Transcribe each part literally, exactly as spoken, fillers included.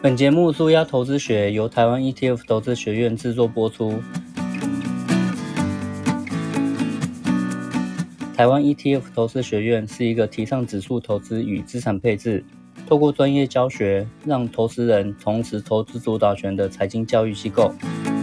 本节目舒压投资学由台湾 E T F 投资学院制作播出。台湾 E T F 投资学院是一个提倡指数投资与资产配置，透过专业教学，让投资人重拾投资主导权的财经教育机构。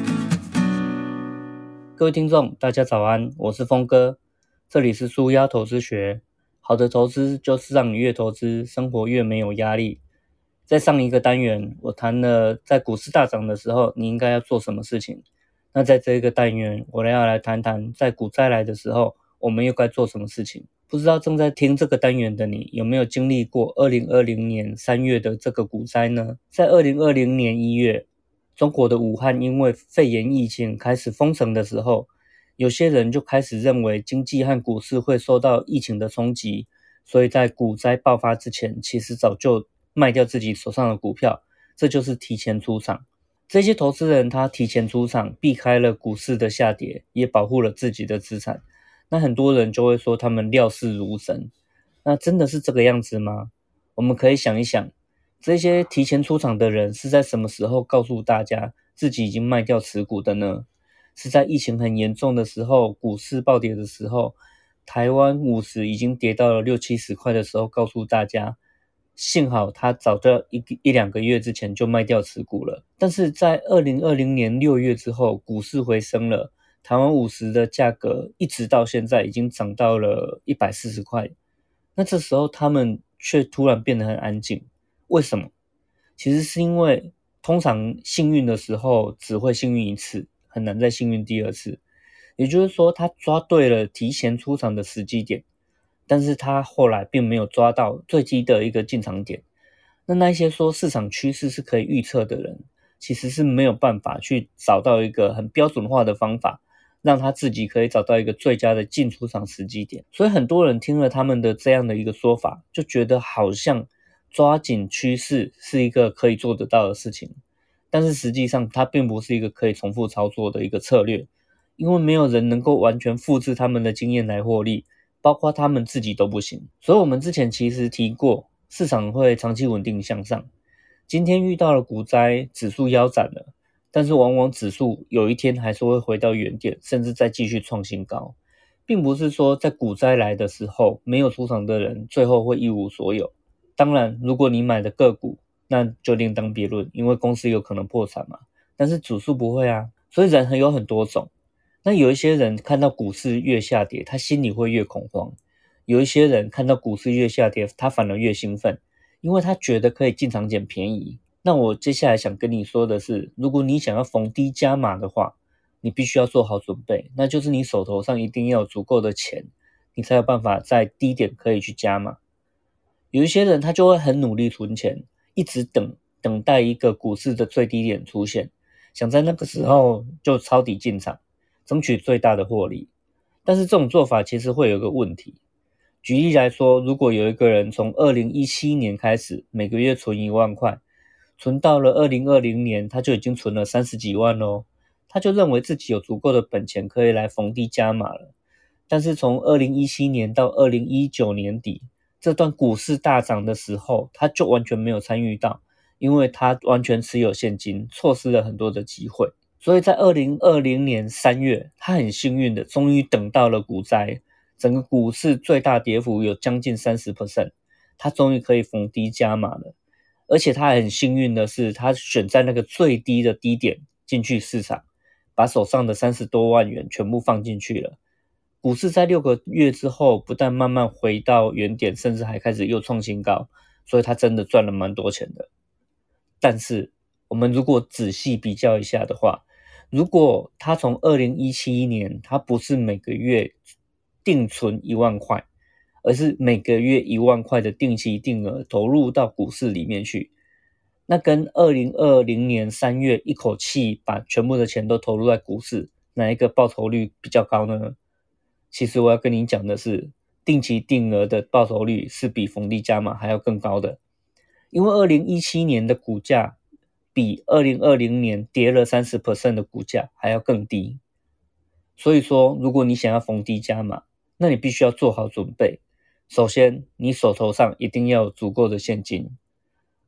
各位听众，大家早安，我是峰哥，这里是舒压投资学。好的投资就是让你越投资，生活越没有压力。在上一个单元，我谈了在股市大涨的时候，你应该要做什么事情。那在这一个单元，我要来谈谈在股灾来的时候，我们又该做什么事情。不知道正在听这个单元的你，有没有经历过二零二零年三月的这个股灾呢？在二零二零年一月，中国的武汉因为肺炎疫情开始封城的时候，有些人就开始认为经济和股市会受到疫情的冲击，所以在股灾爆发之前，其实早就卖掉自己手上的股票，这就是提前出场。这些投资人他提前出场，避开了股市的下跌，也保护了自己的资产。那很多人就会说他们料事如神，那真的是这个样子吗？我们可以想一想，这些提前出场的人是在什么时候告诉大家自己已经卖掉持股的呢？是在疫情很严重的时候，股市暴跌的时候，台湾五十已经跌到了六七十块的时候告诉大家，幸好他早在一一两个月之前就卖掉持股了。但是在二零二零年六月之后，股市回升了，台湾五十的价格一直到现在已经涨到了一百四十块。那这时候他们却突然变得很安静，为什么？其实是因为通常幸运的时候只会幸运一次，很难再幸运第二次。也就是说，他抓对了提前出场的时机点，但是他后来并没有抓到最低的一个进场点。那那些说市场趋势是可以预测的人，其实是没有办法去找到一个很标准化的方法，让他自己可以找到一个最佳的进出场时机点。所以很多人听了他们的这样的一个说法，就觉得好像抓紧趋势是一个可以做得到的事情，但是实际上它并不是一个可以重复操作的一个策略，因为没有人能够完全复制他们的经验来获利，包括他们自己都不行。所以我们之前其实提过，市场会长期稳定向上。今天遇到了股灾，指数腰斩了，但是往往指数有一天还是会回到原点，甚至再继续创新高。并不是说在股灾来的时候，没有出场的人最后会一无所有。当然，如果你买的个股，那就另当别论，因为公司有可能破产嘛。但是指数不会啊，所以人很有很多种。那有一些人看到股市越下跌，他心里会越恐慌；有一些人看到股市越下跌，他反而越兴奋，因为他觉得可以进场捡便宜。那我接下来想跟你说的是，如果你想要逢低加码的话，你必须要做好准备，那就是你手头上一定要有足够的钱，你才有办法在低点可以去加码。有一些人他就会很努力存钱，一直等等待一个股市的最低点出现，想在那个时候就抄底进场，争取最大的获利。但是这种做法其实会有一个问题。举例来说，如果有一个人从二零一七年开始每个月存一万块，存到了二零二零年他就已经存了三十几万咯，他就认为自己有足够的本钱可以来逢低加码了。但是从二零一七年到二零一九年底，这段股市大涨的时候，他就完全没有参与到，因为他完全持有现金，错失了很多的机会。所以在二零二零年三月，他很幸运的终于等到了股灾，整个股市最大跌幅有将近 百分之三十， 他终于可以逢低加码了。而且他很幸运的是，他选在那个最低的低点进去市场，把手上的三十多万元全部放进去了。股市在六个月之后，不但慢慢回到原点，甚至还开始又创新高，所以他真的赚了蛮多钱的。但是我们如果仔细比较一下的话，如果他从二零一七年他不是每个月定存一万块，而是每个月一万块的定期定额投入到股市里面去，那跟二零二零年三月一口气把全部的钱都投入在股市，哪一个报酬率比较高呢？其实我要跟你讲的是，定期定额的报酬率是比逢低加码还要更高的。因为二零一七年的股价比二零二零年跌了 百分之三十 的股价还要更低。所以说，如果你想要逢低加码，那你必须要做好准备。首先，你手头上一定要有足够的现金。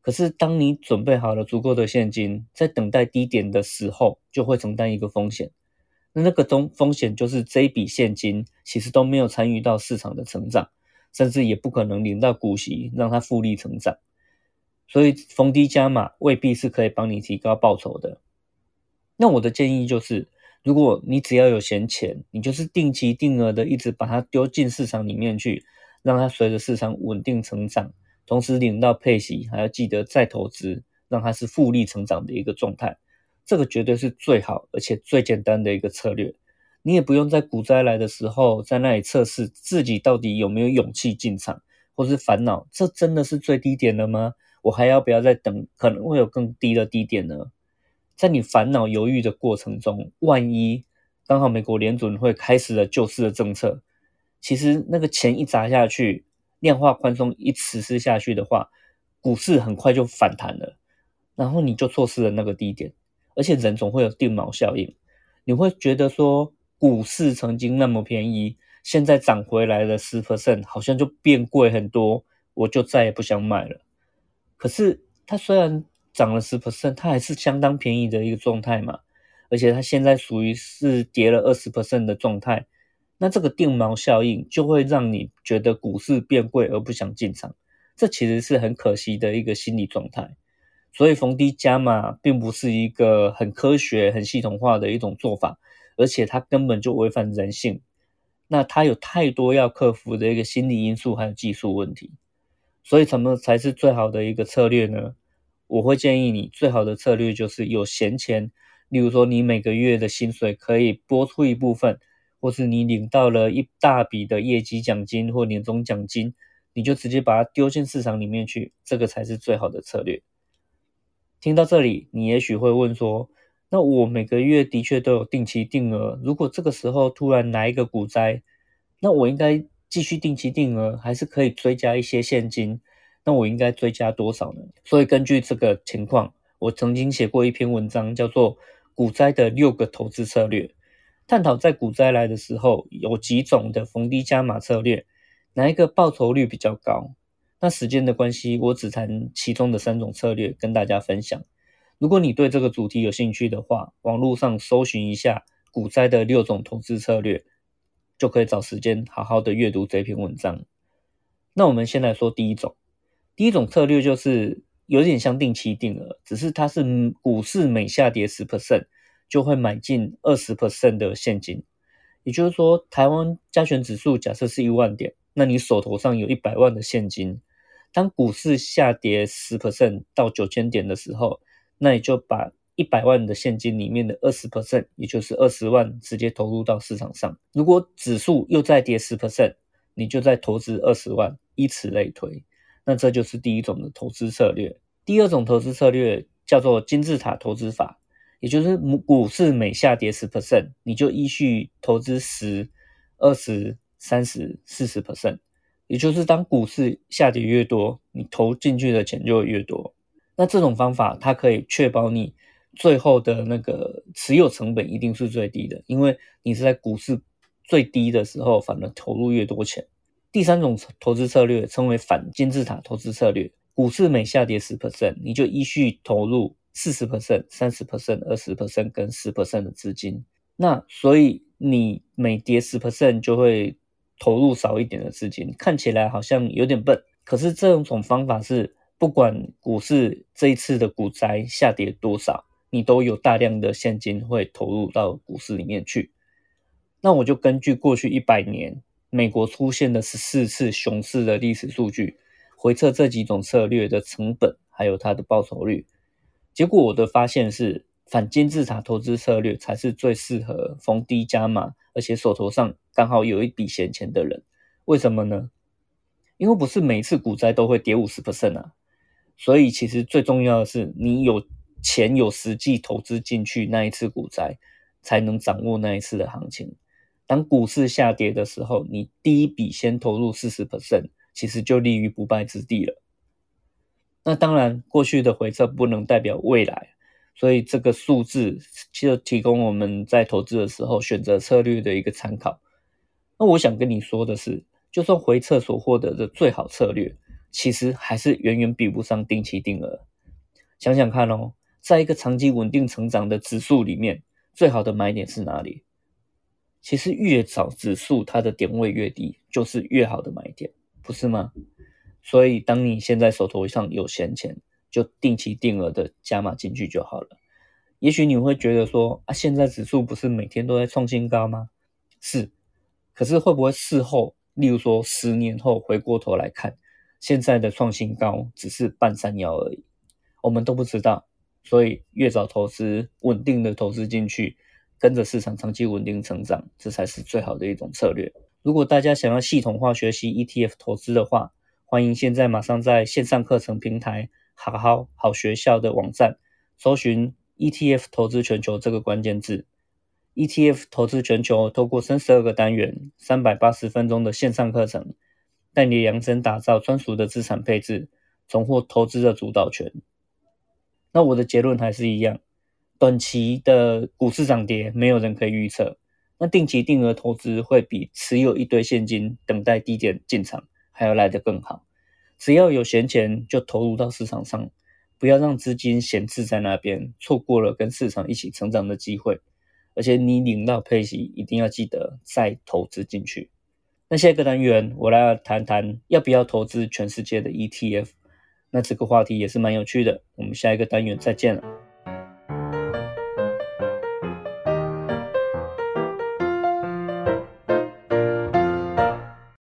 可是当你准备好了足够的现金，在等待低点的时候，就会承担一个风险。那那个中风险就是这一笔现金其实都没有参与到市场的成长，甚至也不可能领到股息让它复利成长。所以逢低加码未必是可以帮你提高报酬的。那我的建议就是，如果你只要有闲钱，你就是定期定额的一直把它丢进市场里面去，让它随着市场稳定成长，同时领到配息，还要记得再投资，让它是复利成长的一个状态。这个绝对是最好而且最简单的一个策略。你也不用在股灾来的时候在那里测试自己到底有没有勇气进场，或是烦恼这真的是最低点了吗？我还要不要再等，可能会有更低的低点呢？在你烦恼犹豫的过程中，万一刚好美国联准会开始了救市的政策，其实那个钱一砸下去，量化宽松一实施下去的话，股市很快就反弹了，然后你就错失了那个低点。而且人总会有定锚效应，你会觉得说股市曾经那么便宜，现在涨回来了 百分之十 好像就变贵很多，我就再也不想买了。可是它虽然涨了 百分之十， 它还是相当便宜的一个状态嘛，而且它现在属于是跌了 百分之二十 的状态，那这个定锚效应就会让你觉得股市变贵而不想进场，这其实是很可惜的一个心理状态。所以逢低加码并不是一个很科学很系统化的一种做法，而且它根本就违反人性，那它有太多要克服的一个心理因素还有技术问题。所以什么才是最好的一个策略呢？我会建议你最好的策略就是有闲钱，例如说你每个月的薪水可以拨出一部分，或是你领到了一大笔的业绩奖金或年终奖金，你就直接把它丢进市场里面去，这个才是最好的策略。听到这里，你也许会问说，那我每个月的确都有定期定额，如果这个时候突然来一个股灾，那我应该继续定期定额，还是可以追加一些现金？那我应该追加多少呢？所以根据这个情况，我曾经写过一篇文章，叫做《股灾的六个投资策略》，探讨在股灾来的时候，有几种的逢低加码策略，哪一个报酬率比较高？那时间的关系，我只谈其中的三种策略跟大家分享。如果你对这个主题有兴趣的话，网络上搜寻一下股灾的六种投资策略，就可以找时间好好的阅读这篇文章。那我们先来说第一种，第一种策略就是有点像定期定额，只是它是股市每下跌 百分之十 就会买进 百分之二十 的现金。也就是说，台湾加权指数假设是一万点，那你手头上有一百万的现金，当股市下跌 百分之十 到九千点的时候，那你就把一百万的现金里面的 百分之二十， 也就是二十万直接投入到市场上。如果指数又再跌 百分之十， 你就再投资二十万，以此类推。那这就是第一种的投资策略。第二种投资策略叫做金字塔投资法，也就是股市每下跌 百分之十， 你就依序投资十、二十、三十、百分之四十。也就是当股市下跌越多，你投进去的钱就会越多。那这种方法它可以确保你最后的那个持有成本一定是最低的，因为你是在股市最低的时候反而投入越多钱。第三种投资策略称为反金字塔投资策略，股市每下跌 百分之十， 你就依序投入 百分之四十、三十、百分之二十 跟 百分之十 的资金。那所以你每跌 百分之十 就会投入少一点的资金，看起来好像有点笨，可是这种方法是不管股市这一次的股灾下跌多少，你都有大量的现金会投入到股市里面去。那我就根据过去一百年美国出现的十四次熊市的历史数据，回测这几种策略的成本还有它的报酬率。结果我的发现是，反金字塔投资策略才是最适合逢低加码，而且手头上刚好有一笔闲钱的人。为什么呢？因为不是每次股灾都会跌 百分之五十 啊，所以其实最重要的是你有钱有实际投资进去那一次股灾，才能掌握那一次的行情。当股市下跌的时候，你第一笔先投入 百分之四十， 其实就立于不败之地了。那当然过去的回测不能代表未来，所以这个数字就提供我们在投资的时候选择策略的一个参考。那我想跟你说的是，就算回测所获得的最好策略， 其实还是远远比不上定期定额。想想看哦，在一个长期稳定成长的指数里面，最好的买点是哪里？其实越早指数它的点位越低，就是越好的买点，不是吗？所以当你现在手头上有闲钱，就定期定额的加码进去就好了。也许你会觉得说啊，现在指数不是每天都在创新高吗？是，可是会不会事后，例如说十年后回过头来看，现在的创新高只是半山腰而已，我们都不知道。所以越早投资，稳定的投资进去，跟着市场长期稳定成长，这才是最好的一种策略。如果大家想要系统化学习 E T F 投资的话，欢迎现在马上在线上课程平台好好好学校的网站搜寻 E T F 投资全球这个关键字。E T F 投资全球透过三十二个单元三百八十分钟的线上课程，带你量身打造专属的资产配置，重获投资的主导权。那我的结论还是一样，短期的股市涨跌没有人可以预测，那定期定额投资会比持有一堆现金等待低点进场还要来得更好。只要有闲钱就投入到市场上，不要让资金闲置在那边，错过了跟市场一起成长的机会。而且你领到配息一定要记得再投资进去。那下一个单元我来谈谈要不要投资全世界的 E T F， 那这个话题也是蛮有趣的，我们下一个单元再见了。